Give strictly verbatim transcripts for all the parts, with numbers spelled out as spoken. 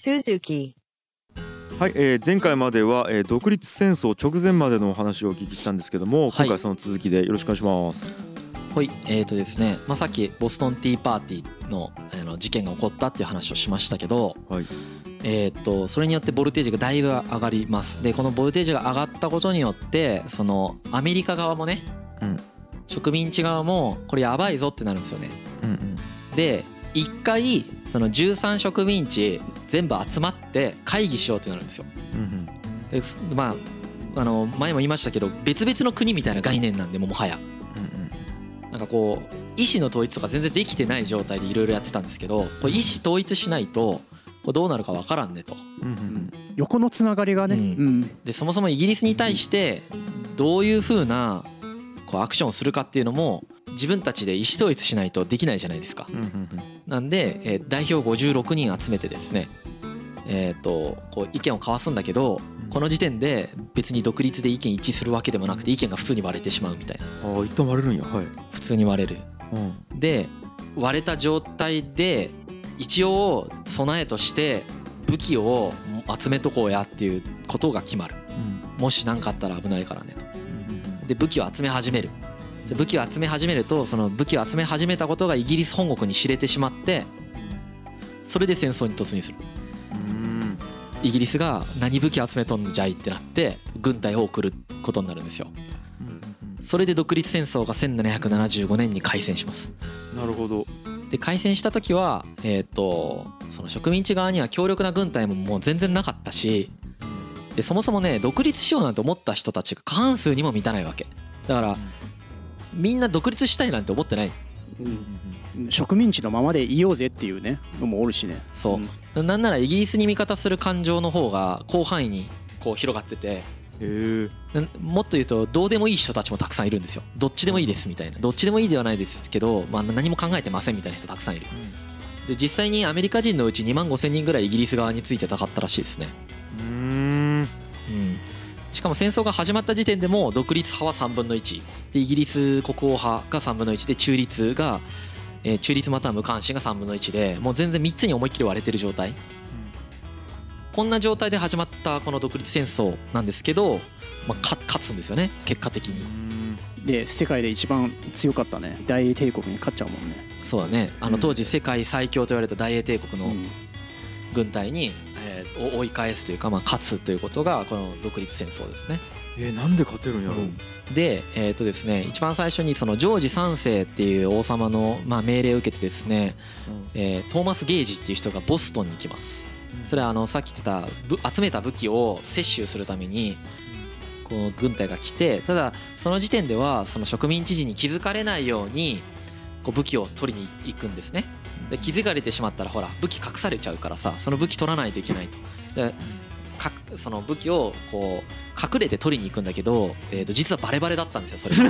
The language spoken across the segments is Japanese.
Suzuki。 はい、えー、前回までは、えー、独立戦争直前までのお話をお聞きしたんですけども、今回その続きでよろしくお願いします。 はい、えーとですね、まあ、さっきボストンティーパーティー の, あの事件が起こったっていう話をしましたけど、 はい、 えーとそれによってボルテージがだいぶ上がります。でこのボルテージが上がったことによってそのアメリカ側もね、うん、植民地側もこれやばいぞってなるんですよね、うんうん、で一回そのじゅうさん植民地全部集まって会議しようってなるんですよ、うんうん、でまああの前も言いましたけど別々の国みたいな概念なんでももはや、うんうん、なんかこう意思の統一とか全然できてない状態でいろいろやってたんですけど、これ意思統一しないとこれどうなるか分からんねと、うんうん、 横のつながりがね、うん、 でそもそもイギリスに対してどういう風なこうアクションをするかっていうのも自分たちで意思統一しないとできないじゃないですか、うんうんうん、なんで、えー、代表ごじゅうろくにん集めてですね、えー、とこう意見を交わすんだけど、この時点で別に独立で意見一致するわけでもなくて意見が普通に割れてしまうみたいな。 ああ、一旦割れるんや。はい。 普通に割れる、うん、で割れた状態で一応備えとして武器を集めとこうやっていうことが決まる、うん、もし何かあったら危ないからねと。で武器を集め始める。で武器を集め始めるとその武器を集め始めたことがイギリス本国に知れてしまって、それで戦争に突入する。うーん、イギリスが何武器集めとんのじゃいってなって軍隊を送ることになるんですよ。それで独立戦争がせんななひゃくななじゅうごねんに開戦します。 なるほど。 で開戦した時は、えー、とその植民地側には強力な軍隊ももう全然なかったし、でそもそもね独立しようなんて思った人たちが過半数にも満たないわけだから、みんな独立したいなんて思ってない、 うん、植民地のままでいようぜっていうねのもおるしね。 そう、うん、なんならイギリスに味方する感情の方が広範囲にこう広がってて、へもっと言うとどうでもいい人たちもたくさんいるんですよ。どっちでもいいですみたいな、どっちでもいいではないですけど、まあ、何も考えてませんみたいな人たくさんいる。で実際にアメリカ人のうちにまんごせんにんぐらいイギリス側についてたかったらしいですね。うーん、うん、しかも戦争が始まった時点でも独立派はさんぶんのいちでイギリス国王派がさんぶんのいちで中立が、えー、中立または無関心がさんぶんのいちで、もう全然みっつに思いっきり割れてる状態、うん、こんな状態で始まったこの独立戦争なんですけど、まあ、勝つんですよね結果的に。 で世界で一番強かったね大英帝国に勝っちゃうもんね。 そうだね、あの当時世界最強と言われた大英帝国の軍隊に、えー、追い返すというか、まあ、勝つということがこの独立戦争ですね。 えー、なんで勝てるんやろう、うん、 で、えーとですね、一番最初にそのジョージさんせいっていう王様の、まあ、命令を受けてですね、うん、えー、トーマス・ゲージっていう人がボストンに来ます。それはあのさっき言ってた集めた武器を接収するためにこの軍隊が来て、ただその時点ではその植民地時に気づかれないようにこう武器を取りに行くんですね。で気づかれてしまったらほら武器隠されちゃうからさ、その武器取らないといけないと。でかその武器をこう隠れて取りに行くんだけど、えー、と実はバレバレだったんですよそれ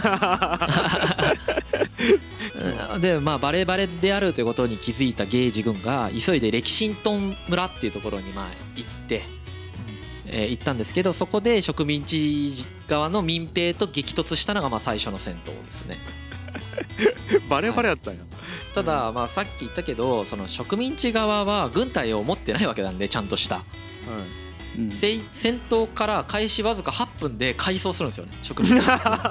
でまあバレバレであるということに気づいたゲージ軍が急いでレキシントン村っていうところにまあ行って、えー、行ったんですけど、そこで植民地側の民兵と激突したのがまあ最初の戦闘ですねバレバレやったんや、はい、 ただまあさっき言ったけどその植民地側は軍隊を持ってないわけなんでちゃんとした、はい、うん、戦闘から開始わずかはっぷんで改装するんですよね植民地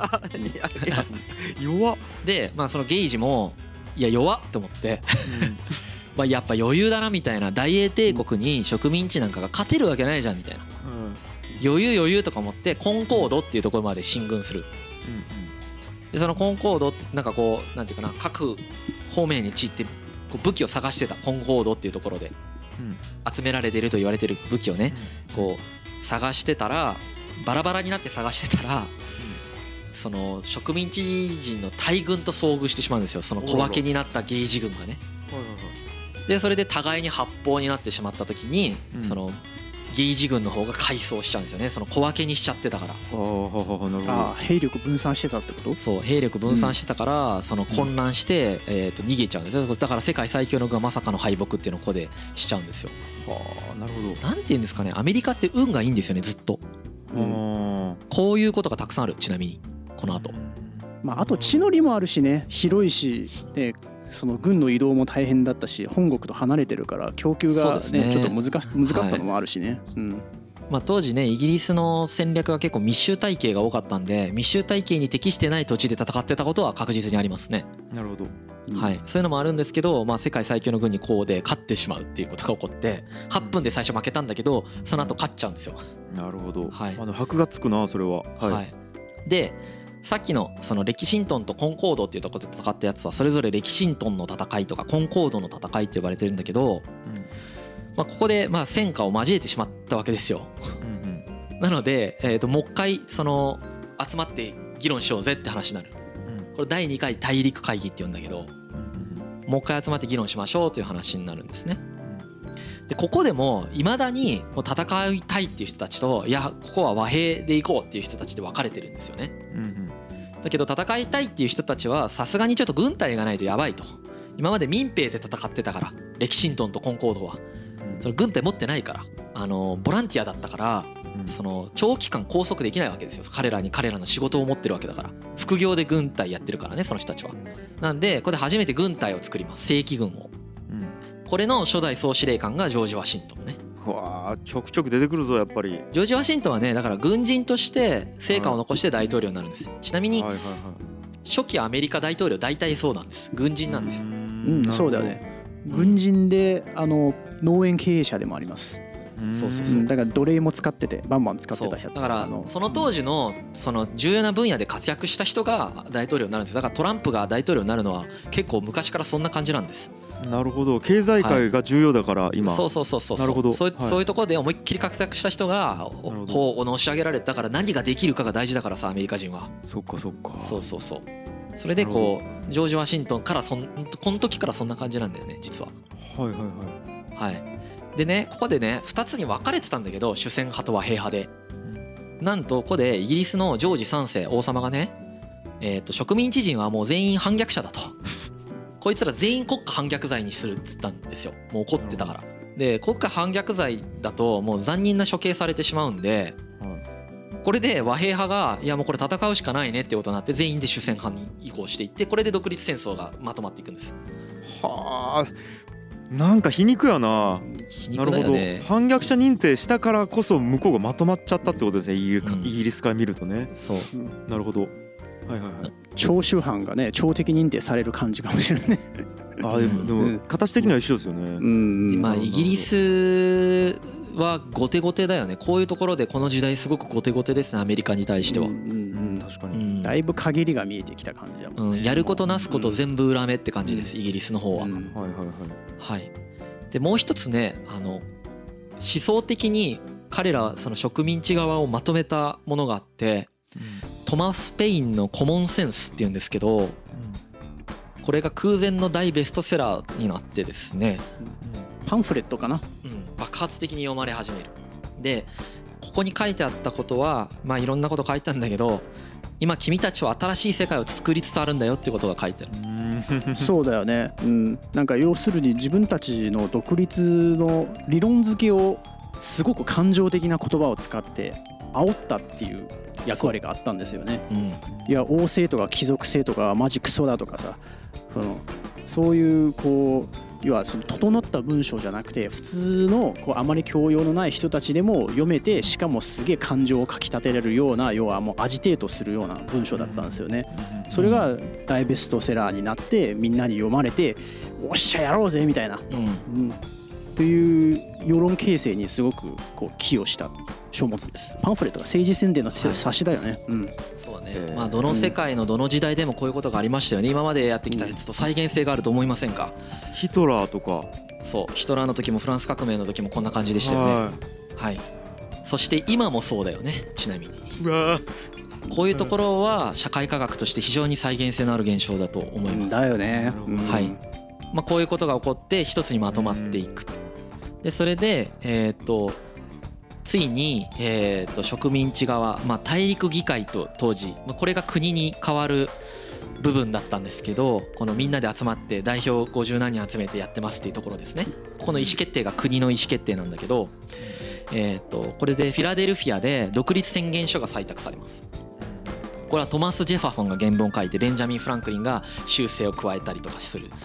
弱っで、まあ、そのゲージもいや弱っと思って、うん、まあやっぱ余裕だなみたいな、大英帝国に植民地なんかが勝てるわけないじゃんみたいな、うん、余裕余裕とか思ってコンコードっていうところまで進軍する、うんうん、でそのコンコードなんかこうなんていうかな、各方面に散ってこう武器を探してたコンコードっていうところで、うん、集められてると言われてる武器をね、うん、こう探してたらバラバラになって探してたら、うん、その植民地人の大軍と遭遇してしまうんですよ、その小分けになったゲージ軍がね。でそれで互いに発砲になってしまった時に、うん、そのゲージ軍の方が改装しちゃうんですよね、その小分けにしちゃってたから。 ああ兵力分散してたってこと？ そう兵力分散してたから、うん、その混乱して、えー、と逃げちゃうんですよ。だから世界最強の軍はまさかの敗北っていうのをここでしちゃうんですよ。 はあ、なるほど。 なんていうんですかね、アメリカって運がいいんですよねずっと、うん、こういうことがたくさんある。ちなみにこの後、 まあ、あと地の利もあるしね、広いし、ね、 その軍の移動も大変だったし本国と離れてるから供給が、ねね、ちょっと難し難かったのもあるしね、はいうんまあ、当時ねイギリスの戦略は結構密集体系が多かったんで密集体系に適してない土地で戦ってたことは確実にありますね。 なるほど、 はい、そういうのもあるんですけど、まあ、世界最強の軍にこうで勝ってしまうっていうことが起こってはっぷんで最初負けたんだけどその後勝っちゃうんですよ。 なるほど、 はい、 あの箔がつくなそれは、はいはい、でさっきのそのレキシントンとコンコードっていうところで戦ったやつはそれぞれレキシントンの戦いとかコンコードの戦いって呼ばれてるんだけど、うんまあ、ここでまあ戦火を交えてしまったわけですよ、うんうん、なので、えー、ともう一回その集まって議論しようぜって話になる、うん、これだいにかい大陸会議って言うんだけど、うんうん、もう一回集まって議論しましょうという話になるんですね。でここでもいまだにもう戦いたいっていう人たちといやここは和平でいこうっていう人たちで分かれてるんですよね、うんうん、だけど戦いたいっていう人たちはさすがにちょっと軍隊がないとやばいと今まで民兵で戦ってたからレキシントンとコンコードはその軍隊持ってないからあのボランティアだったからその長期間拘束できないわけですよ。彼らに彼らの仕事を持ってるわけだから副業で軍隊やってるからねその人たちは。なんでこれで初めて軍隊を作ります正規軍を。これの初代総司令官がジョージ・ワシントンね。 うわーちょくちょく出てくるぞやっぱり。 ジョージ・ワシントンはねだから軍人として成果を残して大統領になるんです。ちなみに初期アメリカ大統領大体そうなんです。軍人なんですよ。 うんそうだよね。軍人であの農園経営者でもあります。 そうそうそう、 だから奴隷も使っててバンバン使ってた人だからその当時のその重要な分野で活躍した人が大統領になるんです。だからトランプが大統領になるのは結構昔からそんな感じなんです。 なるほど経済界が重要だから今、 はい、そうそうそうそうなるほどそういう、はい、そういうところで思いっきり活躍した人がこうのし上げられたから何ができるかが大事だからさアメリカ人は。 そっかそっかそうそうそうそれでこうジョージ・ワシントンからそんこの時からそんな感じなんだよね実は。 はいはいはいはいでねここでねふたつに分かれてたんだけど主戦派と和平派で、うん、なんとここでイギリスのジョージさんせい王様がね、えー、と植民地人はもう全員反逆者だとこいつら全員国家反逆罪にするっつったんですよ。もう怒ってたから。で国家反逆罪だともう残忍な処刑されてしまうんで、これで和平派がいやもうこれ戦うしかないねってことになって全員で主戦派に移行していってこれで独立戦争がまとまっていくんです。 はあなんか皮肉やな。 皮肉だよね。 なるほど反逆者認定したからこそ向こうがまとまっちゃったってことですねイギリス、うん、イギリスから見るとね。 そうなるほどはいはいはい長州藩がね朝敵認定される感じかもしれないねあでもでも形的には一緒ですよね。 うんまあイギリスは後手後手だよね。こういうところでこの時代すごく後手後手ですねアメリカに対しては。うん、うんうん、確かに、うん、 だいぶ限りが見えてきた感じだもんね、 うん、やることなすこと全部裏目って感じです、うん、イギリスの方は、うん、 はいはいはいはいでもう一つねあの思想的に彼らその植民地側をまとめたものがあって、うん、トマス・ペインのコモンセンスっていうんですけど、うん、これが空前の大ベストセラーになってですね、 うん、パンフレットかな、 うん、爆発的に読まれ始める。でここに書いてあったことはまあいろんなこと書いたんだけど今君たちは新しい世界を作りつつあるんだよってことが書いてある。そうだよね、うん、なんか要するに自分たちの独立の理論付けをすごく感情的な言葉を使って煽ったっていう役割があったんですよね、うん、いや王政とか貴族制とかマジクソだとかさそのそういうこう要はその整った文章じゃなくて普通のこうあまり教養のない人たちでも読めてしかもすげえ感情をかきたてられるような要はもうアジテートするような文章だったんですよね。それが大ベストセラーになってみんなに読まれておっしゃやろうぜみたいな、うんうん、という世論形成にすごくこう寄与した書物です。パンフレットが政治宣伝の冊子だよね、はいうん、 そうね、まあ、どの世界のどの時代でもこういうことがありましたよね。今までやってきたやつと再現性があると思いませんか。 ヒトラーとかそうヒトラーの時もフランス革命の時もこんな感じでしたよね。はい、はい、そして今もそうだよね。ちなみにうわこういうところは社会科学として非常に再現性のある現象だと思います。 だよね、 はいまあ、こういうことが起こって一つにまとまっていく。でそれでえっとついにえと植民地側まあ大陸議会と当時これが国に変わる部分だったんですけどこのみんなで集まって代表ごじゅうなんにん集めてやってますっていうところですね。この意思決定が国の意思決定なんだけどえとこれでフィラデルフィアで独立宣言書が採択されます。これはトマス・ジェファソンが原文を書いてベンジャミン・フランクリンが修正を加えたりとかする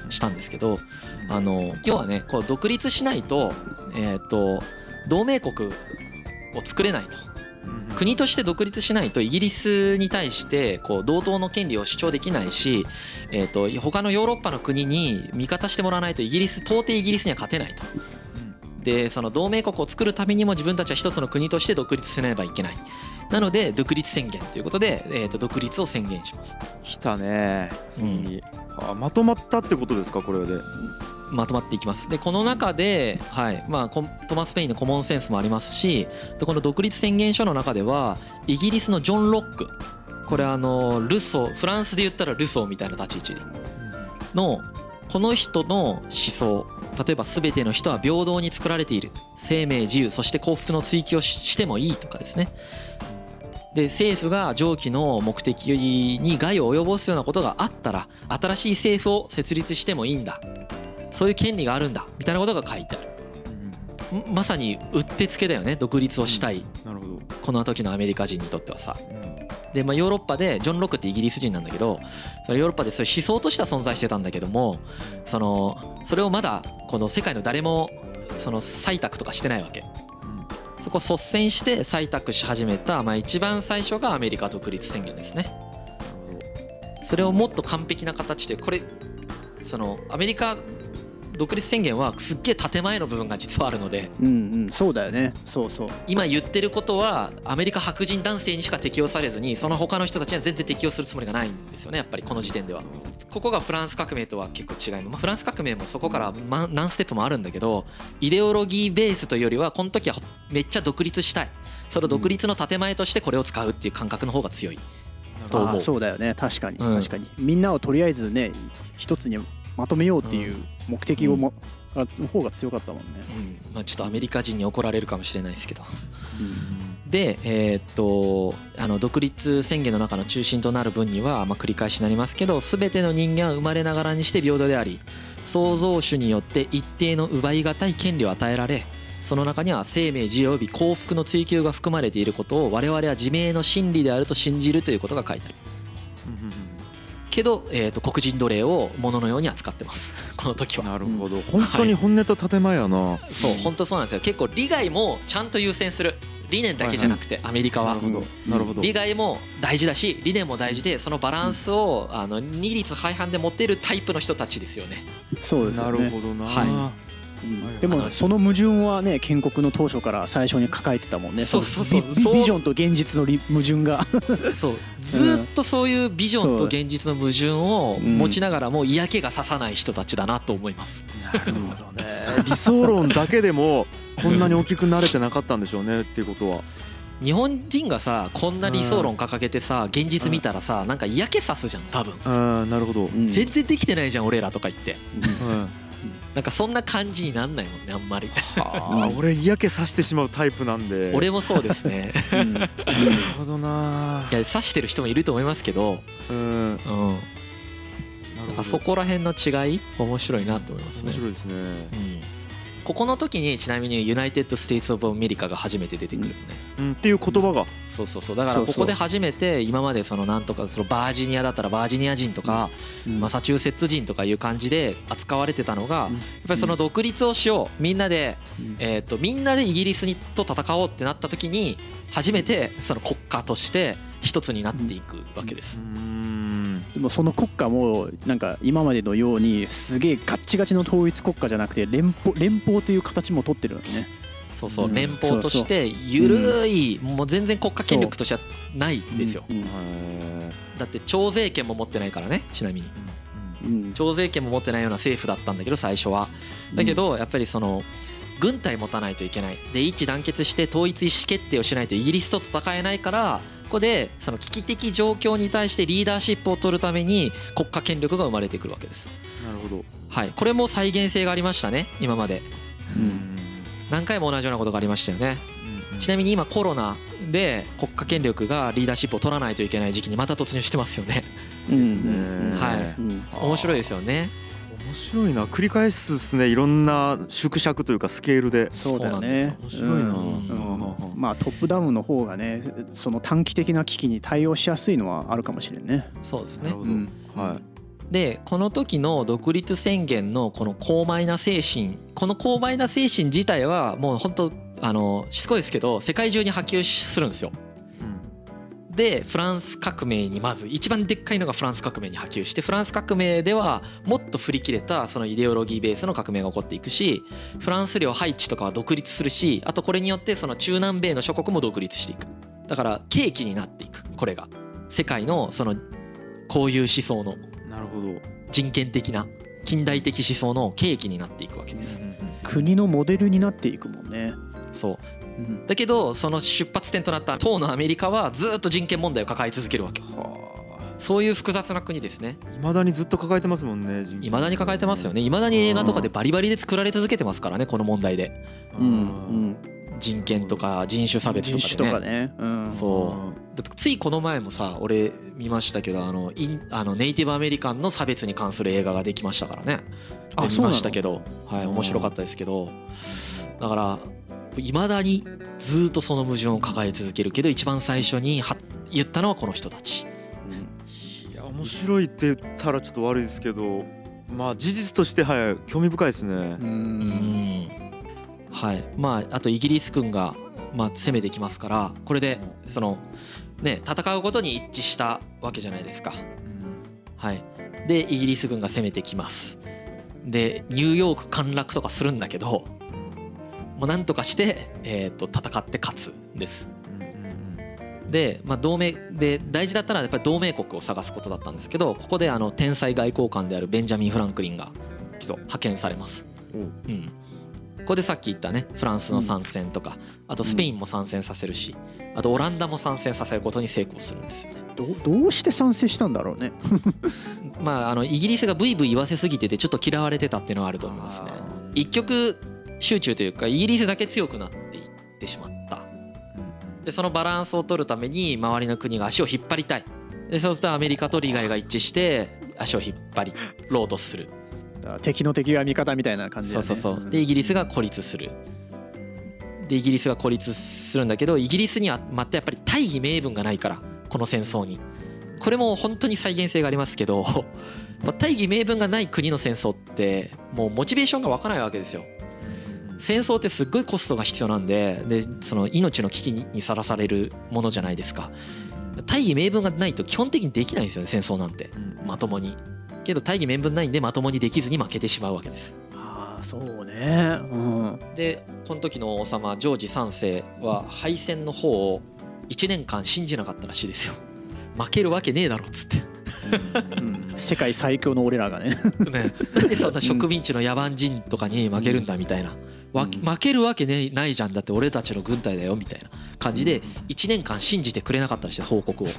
したんですけど、あの要はねこう独立しないと、えー、と同盟国を作れないと。国として独立しないとイギリスに対してこう同等の権利を主張できないし、えー、と他のヨーロッパの国に味方してもらわないとイギリス到底イギリスには勝てないと。でその同盟国を作るためにも自分たちは一つの国として独立しなければいけない。なので独立宣言ということで、えー、と独立を宣言します。 来たねついに、うんはあ、まとまったってことですかこれで。 まとまっていきます。でこの中で、はいまあ、トマス・ペインのコモンセンスもありますし、でこの独立宣言書の中ではイギリスのジョン・ロック、これあのルソー、フランスで言ったらルソーみたいな立ち位置のこの人の思想、例えば全ての人は平等に作られている、生命自由そして幸福の追求をしてもいいとかですね。で政府が上記の目的に害を及ぼすようなことがあったら新しい政府を設立してもいいんだ、そういう権利があるんだみたいなことが書いてある。まさにうってつけだよね、独立をしたい、 なるほどこの時のアメリカ人にとってはさ。で、まあ、ヨーロッパでジョン・ロックってイギリス人なんだけど、それヨーロッパでそういう思想としては存在してたんだけども、そのそれをまだこの世界の誰もその採択とかしてないわけ。そこ率先して採択し始めた、まあ、一番最初がアメリカ独立宣言ですね。それをもっと完璧な形で、これそのアメリカ独立宣言はすっげえ建前の部分が実はあるので、 うんうん、そうだよね。そうそう。 今言ってることはアメリカ白人男性にしか適用されずに、その他の人たちには全然適用するつもりがないんですよね、やっぱりこの時点では。ここがフランス革命とは結構違います。まあ、フランス革命もそこから何ステップもあるんだけど、イデオロギーベースというよりはこの時はめっちゃ独立したい、その独立の建前としてこれを使うっていう感覚の方が強いと思う。 あ、そうだよね。確かに、 うん、 確かにみんなをとりあえずね一つにまとめようっていう目的をも、うん、の方が強かったもんね、 うんまあ、ちょっとアメリカ人に怒られるかもしれないですけど、 うん、 で、えー、っとあの独立宣言の中の中心となる文には、まあ、繰り返しになりますけど、全ての人間は生まれながらにして平等であり、創造主によって一定の奪い難い権利を与えられ、その中には生命自由及び幸福の追求が含まれていることを我々は自明の真理であると信じるということが書いてある。けど、えー、と黒人奴隷を物のように扱ってますこの時は。 なるほど、本当に本音と建前やな、はい、 そう本当そうなんですよ。結構利害もちゃんと優先する、理念だけじゃなくて、はいはい、アメリカはなるほど、なるほど、 利害も大事だし理念も大事で、そのバランスをあの二律背反で持っているタイプの人たちですよね。 そうですよね。 なるほどな、 はいうん、でもその矛盾はね建国の当初から最初に抱えてたもんね。 そうそうそう、 ビ, ビジョンと現実の矛盾がそうずっとそういうビジョンと現実の矛盾を持ちながらも嫌気がささない人たちだなと思います。 なるほどね理想論だけでもこんなに大きくなれてなかったんでしょうねっていうことは。 日本人がさこんな理想論掲げてさ現実見たらさなんか嫌気さすじゃん多分。 ああなるほど、 全然できてないじゃん俺らとか言って、 うんなんかそんな感じになんないもんねあんまり。 はあ俺嫌気さしてしまうタイプなんで。 俺もそうですね、 うん、なるほどな。 いや刺してる人もいると思いますけど、 うん、うん、 なんかそこら辺の違い面白いなと思いますね。 面白いですね、うんここの時にちなみにユナイテッド・ステイツ・オブ・アメリカが初めて出てくるのね、 うん、っていう言葉が、 そうそうそうだからここで初めて今までそのなんとかそのバージニアだったらバージニア人とかマサチューセッツ人とかいう感じで扱われてたのがやっぱりその独立をしようみんなでえっとみんなでイギリスと戦おうってなった時に初めてその国家として一つになっていくわけです。 でもその国家もなんか今までのようにすげえガッチガチの統一国家じゃなくて連邦連邦という形も取ってるのね。 そうそう連邦としてゆるいもう全然国家権力としてはないんですよ。だって徴税権も持ってないからねちなみに徴税権も持ってないような政府だったんだけど最初は。だけどやっぱりその軍隊持たないといけないで一致団結して統一意思決定をしないとイギリスと戦えないからここでその危機的状況に対してリーダーシップを取るために国家権力が生まれてくるわけです。 なるほど、 はい、これも再現性がありましたね今まで、うん、何回も同じようなことがありましたよね、うんうん、ちなみに今コロナで国家権力がリーダーシップを取らないといけない時期にまた突入してますよね。 ですね、 はい、うん、面白いですよね。 面白いな繰り返すですねいろんな縮尺というかスケールで。 そうだよね面白いな、うんうん、まあトップダウンの方がねその短期的な危機に対応しやすいのはあるかもしれんね。 そうですね、 うん、はい。 でこの時の独立宣言のこの高邁な精神、この高邁な精神自体はもう本当あのしつこいですけど世界中に波及するんですよ。でフランス革命にまず一番でっかいのがフランス革命に波及して、フランス革命ではもっと振り切れたそのイデオロギーベースの革命が起こっていくし、フランス領ハイチとかは独立するし、あとこれによってその中南米の諸国も独立していく。だから契機になっていく。これが世界のそのこういう思想のなるほど人権的な近代的思想の契機になっていくわけです。 国のモデルになっていくもんね。 そうだけどその出発点となった当のアメリカはずっと人権問題を抱え続けるわけ。そういう複雑な国ですね。 未だにずっと抱えてますもんね。 未だに抱えてますよね。未だに映画とかでバリバリで作られ続けてますからね、この問題で。 うんうん人権とか人種差別とか人種とかね、うん、 そうだってついこの前もさ俺見ましたけど、あのインあのネイティブアメリカンの差別に関する映画ができましたからね。 あ、 見ましたけど、はい、面白かったですけど、だからいまだにずっとその矛盾を抱え続けるけど、一番最初には言ったのはこの人たち、 うん、いや面白いって言ったらちょっと悪いですけど、まあ事実としてはい興味深いですね。うんうんはい、まああとイギリス軍がまあ攻めてきますから、これでそのね戦うことに一致したわけじゃないですか。はい、でイギリス軍が攻めてきます。でニューヨーク陥落とかするんだけど、もうなんとかしてえと戦って勝つんです。でまあ同盟で大事だったのはやっぱり同盟国を探すことだったんですけど、ここであの天才外交官であるベンジャミン・フランクリンが派遣されます。うん。ここでさっき言ったねフランスの参戦とか、あとスペインも参戦させるし、あとオランダも参戦させることに成功するんですよね。 ど, どうして参戦したんだろうねまああのイギリスがブイブイ言わせすぎててちょっと嫌われてたっていうのはあると思いますね。一極集中というかイギリスだけ強くなっていってしまった。でそのバランスを取るために周りの国が足を引っ張りたい。でそうするとアメリカと利害が一致して足を引っ張りろうとする。 敵の敵が味方みたいな感じだね。 そうそうそう。でイギリスが孤立する。でイギリスが孤立するんだけど、イギリスにはまたやっぱり大義名分がないから、この戦争に。これも本当に再現性がありますけど大義名分がない国の戦争ってもうモチベーションが湧かないわけですよ。戦争ってすっごいコストが必要なんで、でその命の危機にさらされるものじゃないですか。大義名分がないと基本的にできないんですよね、戦争なんてまともに。けど大義名分ないんでまともにできずに負けてしまうわけです。 ああそうね、うん、 でこの時の王様ジョージさんせいは敗戦の方をいちねんかん信じなかったらしいですよ。負けるわけねえだろっつってうん、世界最強の俺らがねね、なんでそんな植民地の野蛮人とかに負けるんだみたいな、わ負けるわけねないじゃん、だって俺たちの軍隊だよみたいな感じでいちねんかん信じてくれなかったらしい、報告を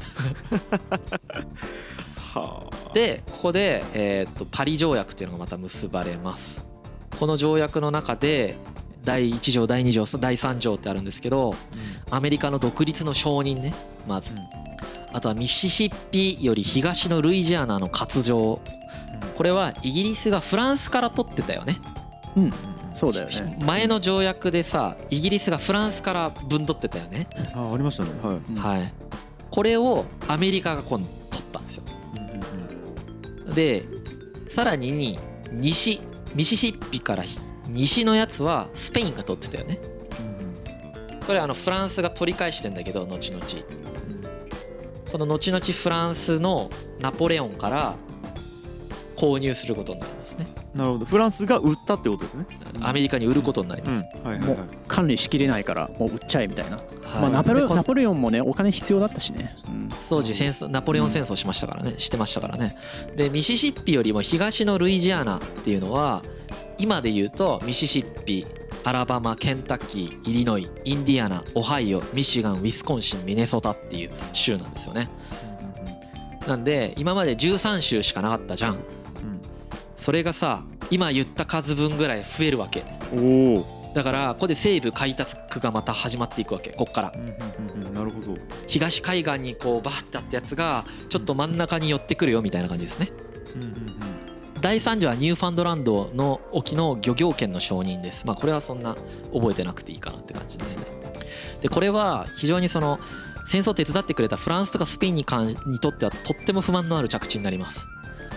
でここで、えー、とパリ条約っていうのがまた結ばれます。この条約の中でだいいち条だいに条だいさん条ってあるんですけど、アメリカの独立の承認ね、まずあとはミシシッピより東のルイジアナの割譲、これはイギリスがフランスから取ってたよね。 うんそうだよね。 前の条約でさイギリスがフランスから分取ってたよね。 あありましたね。はい、 はい、これをアメリカが今度取ったんですよ。でさらに西ミシシッピから西のやつはスペインが取ってたよね。これあのフランスが取り返してんだけど、後々この後々フランスのナポレオンから購入することになりますね。 なるほど、フランスが売ったってことですね。 アメリカに売ることになります、 うんはいはいはい、 もう管理しきれないからもう売っちゃえみたいな、 はいまあ、ナポレナポレオンもねお金必要だったしね、うん、 当時戦争ナポレオン戦争しましたからね、してましたからね。でミシシッピよりも東のルイジアナっていうのは今で言うとミシシッピ、アラバマ、ケンタッキー、イリノイ、インディアナ、オハイオ、ミシガン、ウィスコンシン、ミネソタっていう州なんですよね。なんで今までじゅうさん州しかなかったじゃん。それがさ今言った数分ぐらい増えるわけ。 おだからここで西部開拓がまた始まっていくわけ、こっから。 なるほど。 東海岸にこうバーってあったやつがちょっと真ん中に寄ってくるよみたいな感じですね。だいさん条はニューファンドランドの沖の漁業権の承認です。まあこれはそんな覚えてなくていいかなって感じですね。でこれは非常にその戦争を手伝ってくれたフランスとかスペインに関にとってはとっても不満のある着地になります。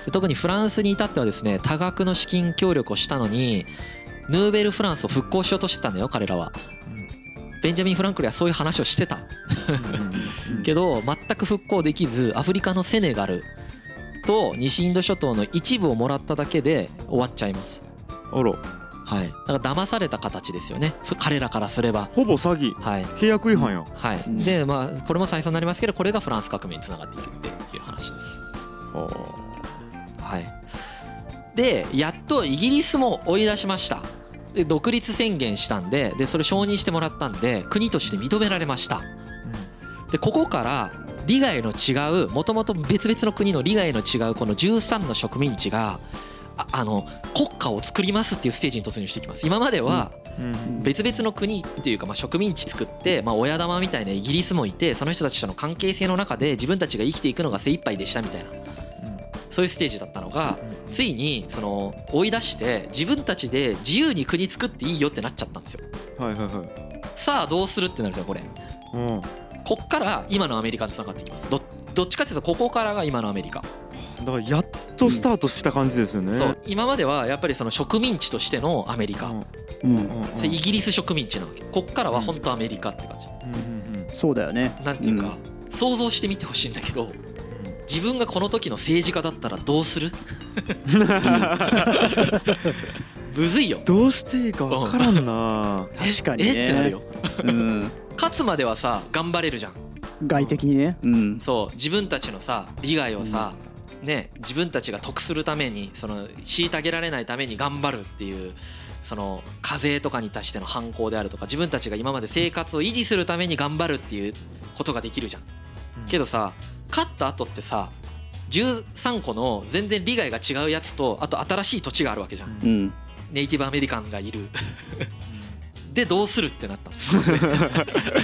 で特にフランスに至ってはですね多額の資金協力をしたのにヌーベルフランスを復興しようとしてたんだよ彼らは。ベンジャミン・フランクリンはそういう話をしてたけど全く復興できずアフリカのセネガルと西インド諸島の一部をもらっただけで終わっちゃいます。 あら、 はい、だから騙された形ですよね彼らからすれば。 ほぼ詐欺、 はい、 契約違反や、 はい、でまあこれも再三になりますけどこれがフランス革命につながっていくっていう話です。はい、でやっとイギリスも追い出しました。で独立宣言したんで、でそれ承認してもらったんで国として認められました。でここから利害の違うもともと別々の国の利害の違うこのじゅうさんの植民地が あ, あの国家を作りますっていうステージに突入していきます。今までは別々の国っていうかまあ植民地作ってまあ親玉みたいなイギリスもいてその人たちとの関係性の中で自分たちが生きていくのが精一杯でしたみたいなそういうステージだったのがついにその追い出して自分たちで自由に国作っていいよってなっちゃったんですよ。 はいはいはい。 さあどうするってなるじゃんこれ。うん、こっから今のアメリカにつながっていきます。 ど, どっちかっていうとここからが今のアメリカだからやっとスタートした感じですよね、うん、 そう今まではやっぱりその植民地としてのアメリカ、うんうんうん、イギリス植民地なわけ。こっからは本当アメリカって感じ、うんうんうん、 そうだよね。 なんていうか、うん、想像してみてほしいんだけど自分がこの時の政治家だったらどうするむずいよ。 どうしていいか分からんな確かにねえってなるよ、うん、勝つまではさ頑張れるじゃん外的にね、うん、 そう自分たちのさ利害をさ、うん、ね自分たちが得するためにその虐げられないために頑張るっていうその課税とかに対しての反抗であるとか自分たちが今まで生活を維持するために頑張るっていうことができるじゃん、うん、けどさ勝った後ってさじゅうさんこの全然利害が違うやつとあと新しい土地があるわけじゃん、うん、ネイティブアメリカンがいるでどうするってなったんですようわなる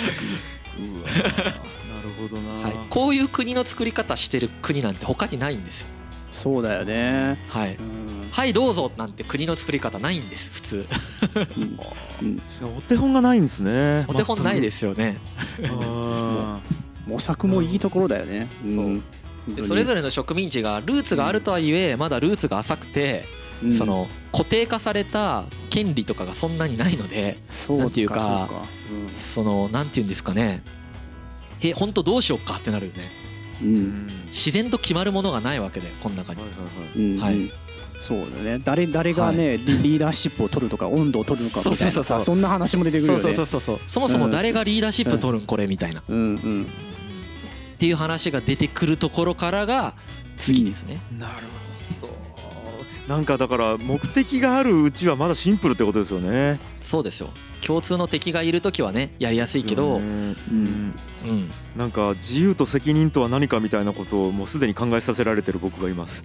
ほどな、 はい、こういう国の作り方してる国なんて他にないんですよ。 そうだよね、 はい、うん、はいどうぞなんて国の作り方ないんです普通うん、お手本がないんですね。 お手本ないですよね模索もいいところだよね、うん、 そうでそれぞれの植民地がルーツがあるとはいえまだルーツが浅くて、うん、その固定化された権利とかがそんなにないのでなんていうかそのなんていうんですかねえ本当どうしようかってなるよね、うん、自然と決まるものがないわけでこの中に、はい、はい、 そうだね。誰誰がね、はい、リーダーシップを取るとか温度を取るのかみたいなさ、そうそうそうそう、そんな話も出てくるよね。 そうそうそうそう。そもそも誰がリーダーシップ取るんこれみたいな、うんうんうん、っていう話が出てくるところからが次ですね、 うん、なるほど。なんかだから目的があるうちはまだシンプルってことですよね。 そうですよ。共通の敵がいるときはねやりやすいけど、うんうん、なんか自由と責任とは何かみたいなことをもうすでに考えさせられてる僕がいます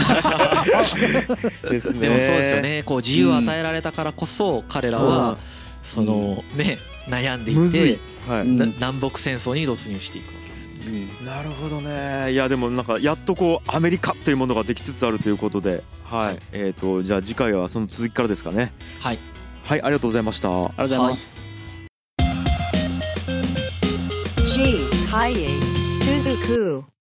ですね。でもそうですよね。こう自由を与えられたからこそ彼らはそのね悩んでいて、はい、南北戦争に突入していくわけですよね、 うん、なるほどね。いやでもなんかやっとこうアメリカというものができつつあるということで、はい、はい、えーとじゃあ次回はその続きからですかね。 はいはい、ありがとうございました。ありがとうございます。 G. Kaie Suzuku